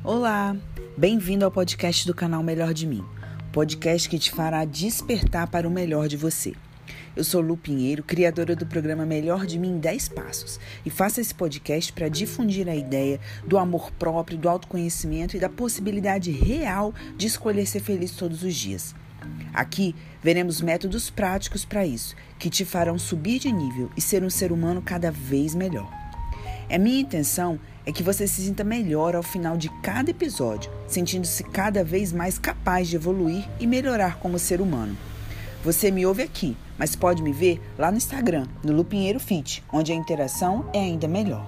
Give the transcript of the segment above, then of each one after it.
Olá, bem-vindo ao podcast do canal Melhor de Mim, podcast que te fará despertar para o melhor de você. Eu sou Lu Pinheiro, criadora do programa Melhor de Mim em 10 Passos, e faço esse podcast para difundir a ideia do amor próprio, do autoconhecimento e da possibilidade real de escolher ser feliz todos os dias. Aqui veremos métodos práticos para isso, que te farão subir de nível e ser um ser humano cada vez melhor. A minha intenção é que você se sinta melhor ao final de cada episódio, sentindo-se cada vez mais capaz de evoluir e melhorar como ser humano. Você me ouve aqui, mas pode me ver lá no Instagram, no Lu Pinheiro Fit, onde a interação é ainda melhor.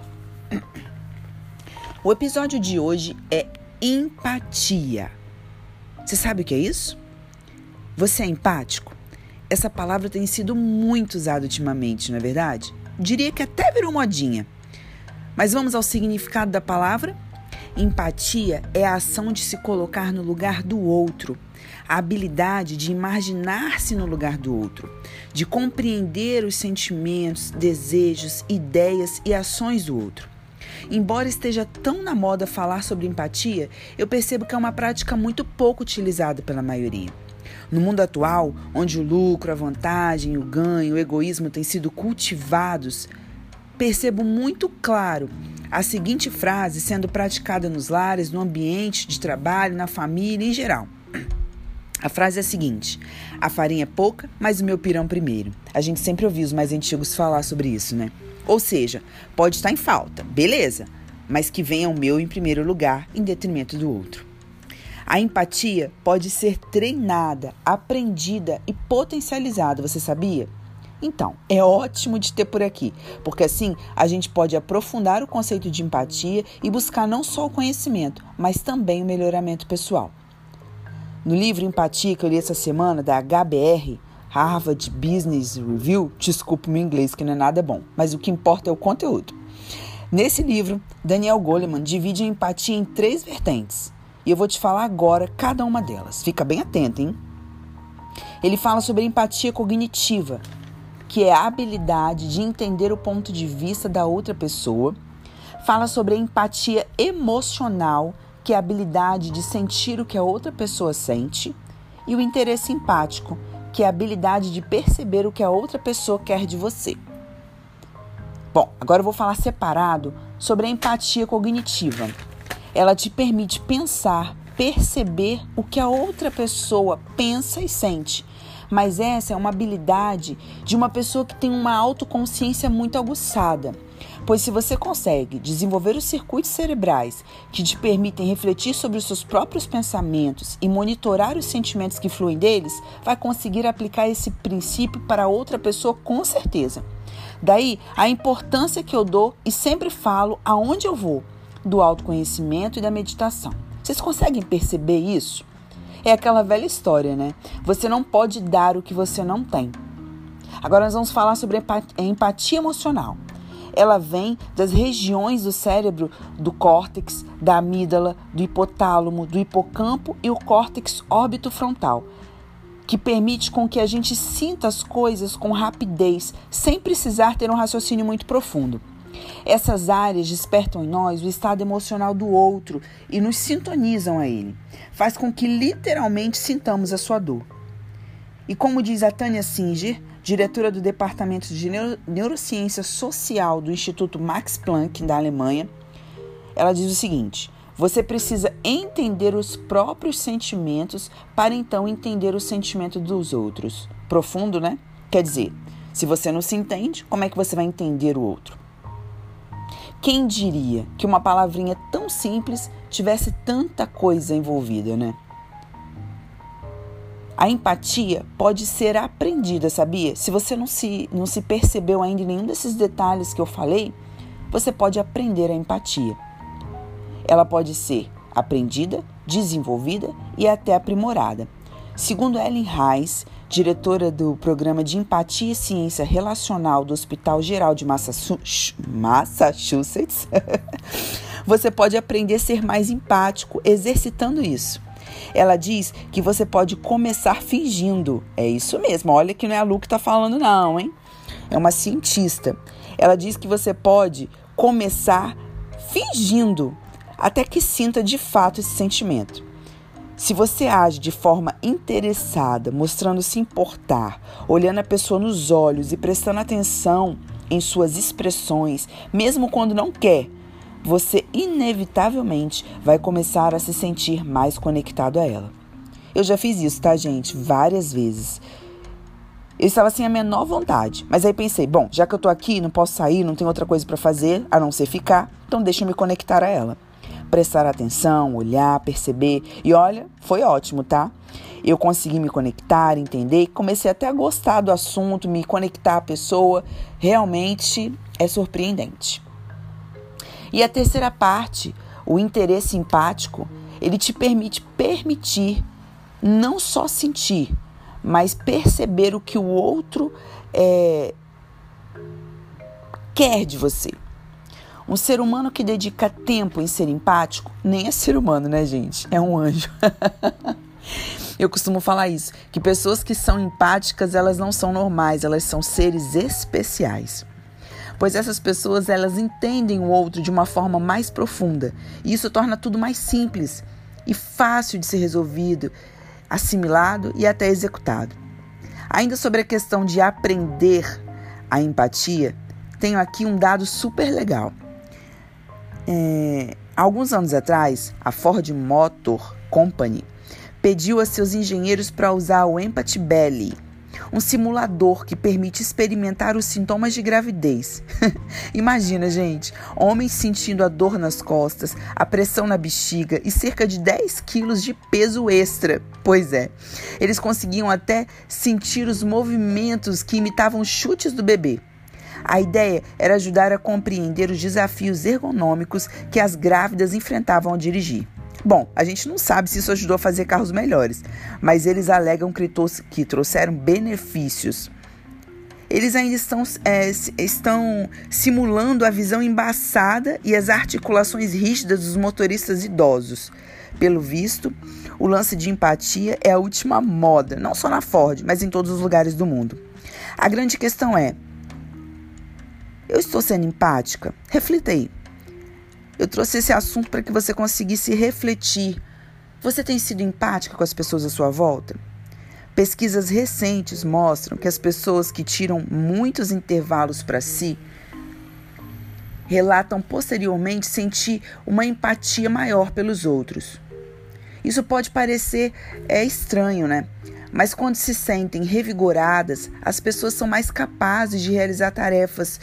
O episódio de hoje é empatia. Você sabe o que é isso? Você é empático? Essa palavra tem sido muito usada ultimamente, não é verdade? Diria que até virou modinha. Mas vamos ao significado da palavra? Empatia é a ação de se colocar no lugar do outro, a habilidade de imaginar-se no lugar do outro, de compreender os sentimentos, desejos, ideias e ações do outro. Embora esteja tão na moda falar sobre empatia, eu percebo que é uma prática muito pouco utilizada pela maioria. No mundo atual, onde o lucro, a vantagem, o ganho, o egoísmo têm sido cultivados, percebo muito claro a seguinte frase sendo praticada nos lares, no ambiente de trabalho, na família em geral. A frase é a seguinte: a farinha é pouca, mas o meu pirão primeiro. A gente sempre ouviu os mais antigos falar sobre isso, né? Ou seja, pode estar em falta, beleza, mas que venha o meu em primeiro lugar, em detrimento do outro. A empatia pode ser treinada, aprendida e potencializada, você sabia? Então, é ótimo de ter por aqui, porque assim a gente pode aprofundar o conceito de empatia e buscar não só o conhecimento, mas também o melhoramento pessoal. No livro Empatia que eu li essa semana, da HBR, Harvard Business Review, desculpa o meu inglês que não é nada bom, mas o que importa é o conteúdo. Nesse livro, Daniel Goleman divide a empatia em 3 vertentes, e eu vou te falar agora cada uma delas. Fica bem atento, hein? Ele fala sobre a empatia cognitiva, que é a habilidade de entender o ponto de vista da outra pessoa. Fala sobre a empatia emocional, que é a habilidade de sentir o que a outra pessoa sente. E o interesse empático, que é a habilidade de perceber o que a outra pessoa quer de você. Bom, agora eu vou falar separado sobre a empatia cognitiva. Ela te permite pensar, perceber o que a outra pessoa pensa e sente. Mas essa é uma habilidade de uma pessoa que tem uma autoconsciência muito aguçada. Pois se você consegue desenvolver os circuitos cerebrais que te permitem refletir sobre os seus próprios pensamentos e monitorar os sentimentos que fluem deles, vai conseguir aplicar esse princípio para outra pessoa com certeza. Daí a importância que eu dou e sempre falo aonde eu vou, do autoconhecimento e da meditação. Vocês conseguem perceber isso? É aquela velha história, né? Você não pode dar o que você não tem. Agora nós vamos falar sobre a empatia emocional. Ela vem das regiões do cérebro do córtex, da amígdala, do hipotálamo, do hipocampo e o córtex órbito-frontal, que permite com que a gente sinta as coisas com rapidez, sem precisar ter um raciocínio muito profundo. Essas áreas despertam em nós o estado emocional do outro e nos sintonizam a ele. Faz com que literalmente sintamos a sua dor. E como diz a Tânia Singer, diretora do Departamento de Neurociência Social do Instituto Max Planck da Alemanha, ela diz o seguinte: você precisa entender os próprios sentimentos para então entender o sentimento dos outros. Profundo, né? Quer dizer, se você não se entende, como é que você vai entender o outro? Quem diria que uma palavrinha tão simples tivesse tanta coisa envolvida, né? A empatia pode ser aprendida, sabia? Se você não se percebeu ainda em nenhum desses detalhes que eu falei, você pode aprender a empatia. Ela pode ser aprendida, desenvolvida e até aprimorada. Segundo Ellen Hayes, diretora do Programa de Empatia e Ciência Relacional do Hospital Geral de Massachusetts, você pode aprender a ser mais empático exercitando isso. Ela diz que você pode começar fingindo. É isso mesmo, olha que não é a Lu que está falando não, hein? É uma cientista. Ela diz que você pode começar fingindo até que sinta de fato esse sentimento. Se você age de forma interessada, mostrando se importar, olhando a pessoa nos olhos e prestando atenção em suas expressões, mesmo quando não quer, você inevitavelmente vai começar a se sentir mais conectado a ela. Eu já fiz isso, tá, gente? Várias vezes. Eu estava sem a menor vontade, mas aí pensei, bom, já que eu tô aqui, não posso sair, não tenho outra coisa para fazer, a não ser ficar, então deixa eu me conectar a ela. Prestar atenção, olhar, perceber, e olha, foi ótimo, tá? Eu consegui me conectar, entender, comecei até a gostar do assunto, me conectar à pessoa, realmente é surpreendente. E a terceira parte, o interesse empático, ele te permitir não só sentir, mas perceber o que o outro quer de você. Um ser humano que dedica tempo em ser empático, nem é ser humano, né, gente? É um anjo. Eu costumo falar isso, que pessoas que são empáticas, elas não são normais, elas são seres especiais. Pois essas pessoas, elas entendem o outro de uma forma mais profunda. E isso torna tudo mais simples e fácil de ser resolvido, assimilado e até executado. Ainda sobre a questão de aprender a empatia, tenho aqui um dado super legal. Alguns anos atrás, a Ford Motor Company pediu a seus engenheiros para usar o Empathy Belly, um simulador que permite experimentar os sintomas de gravidez. Imagina, gente, homens sentindo a dor nas costas, a pressão na bexiga e cerca de 10 quilos de peso extra. Pois é, eles conseguiam até sentir os movimentos que imitavam chutes do bebê. A ideia era ajudar a compreender os desafios ergonômicos que as grávidas enfrentavam ao dirigir. Bom, a gente não sabe se isso ajudou a fazer carros melhores, mas eles alegam que trouxeram benefícios. Eles ainda estão simulando a visão embaçada e as articulações rígidas dos motoristas idosos. Pelo visto, o lance de empatia é a última moda, não só na Ford, mas em todos os lugares do mundo. A grande questão é: eu estou sendo empática? Reflita aí. Eu trouxe esse assunto para que você conseguisse refletir. Você tem sido empática com as pessoas à sua volta? Pesquisas recentes mostram que as pessoas que tiram muitos intervalos para si relatam posteriormente sentir uma empatia maior pelos outros. Isso pode parecer estranho, né? Mas quando se sentem revigoradas, as pessoas são mais capazes de realizar tarefas,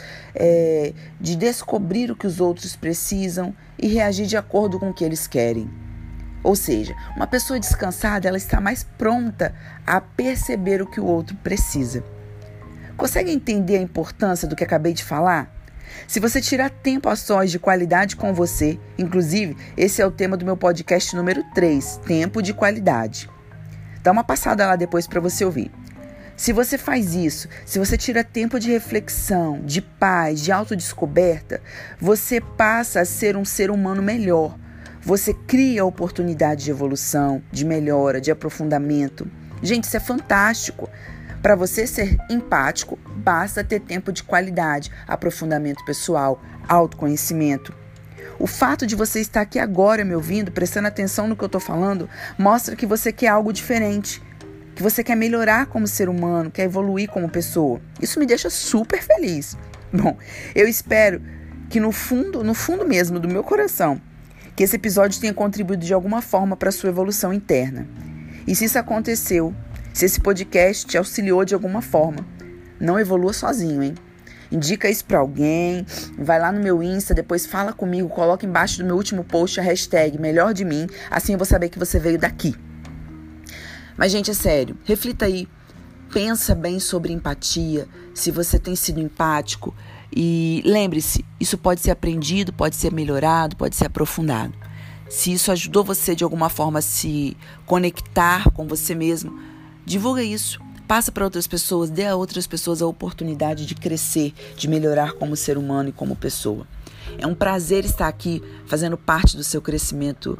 de descobrir o que os outros precisam e reagir de acordo com o que eles querem. Ou seja, uma pessoa descansada, ela está mais pronta a perceber o que o outro precisa. Consegue entender a importância do que acabei de falar? Se você tirar tempo a sós de qualidade com você, inclusive, esse é o tema do meu podcast número 3, Tempo de Qualidade. Dá uma passada lá depois para você ouvir. Se você faz isso, se você tira tempo de reflexão, de paz, de autodescoberta, você passa a ser um ser humano melhor. Você cria oportunidade de evolução, de melhora, de aprofundamento. Gente, isso é fantástico. Para você ser empático, basta ter tempo de qualidade, aprofundamento pessoal, autoconhecimento. O fato de você estar aqui agora me ouvindo, prestando atenção no que eu estou falando, mostra que você quer algo diferente, que você quer melhorar como ser humano, quer evoluir como pessoa. Isso me deixa super feliz. Bom, eu espero que no fundo mesmo do meu coração, que esse episódio tenha contribuído de alguma forma para a sua evolução interna. E se isso aconteceu, se esse podcast te auxiliou de alguma forma, não evolua sozinho, hein? Indica isso pra alguém, vai lá no meu Insta, depois fala comigo, coloca embaixo do meu último post a hashtag melhor de mim, assim eu vou saber que você veio daqui. Mas, gente, é sério, reflita aí, pensa bem sobre empatia, se você tem sido empático e lembre-se, isso pode ser aprendido, pode ser melhorado, pode ser aprofundado. Se isso ajudou você de alguma forma a se conectar com você mesmo, divulga isso. Passa para outras pessoas, dê a outras pessoas a oportunidade de crescer, de melhorar como ser humano e como pessoa. É um prazer estar aqui fazendo parte do seu crescimento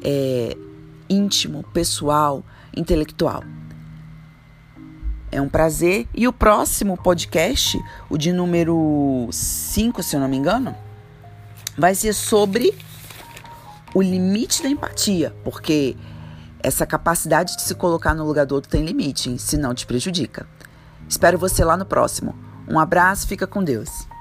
íntimo, pessoal, intelectual. É um prazer. E o próximo podcast, o de número 5, se eu não me engano, vai ser sobre o limite da empatia, porque essa capacidade de se colocar no lugar do outro tem limite, hein? Senão te prejudica. Espero você lá no próximo. Um abraço, fica com Deus.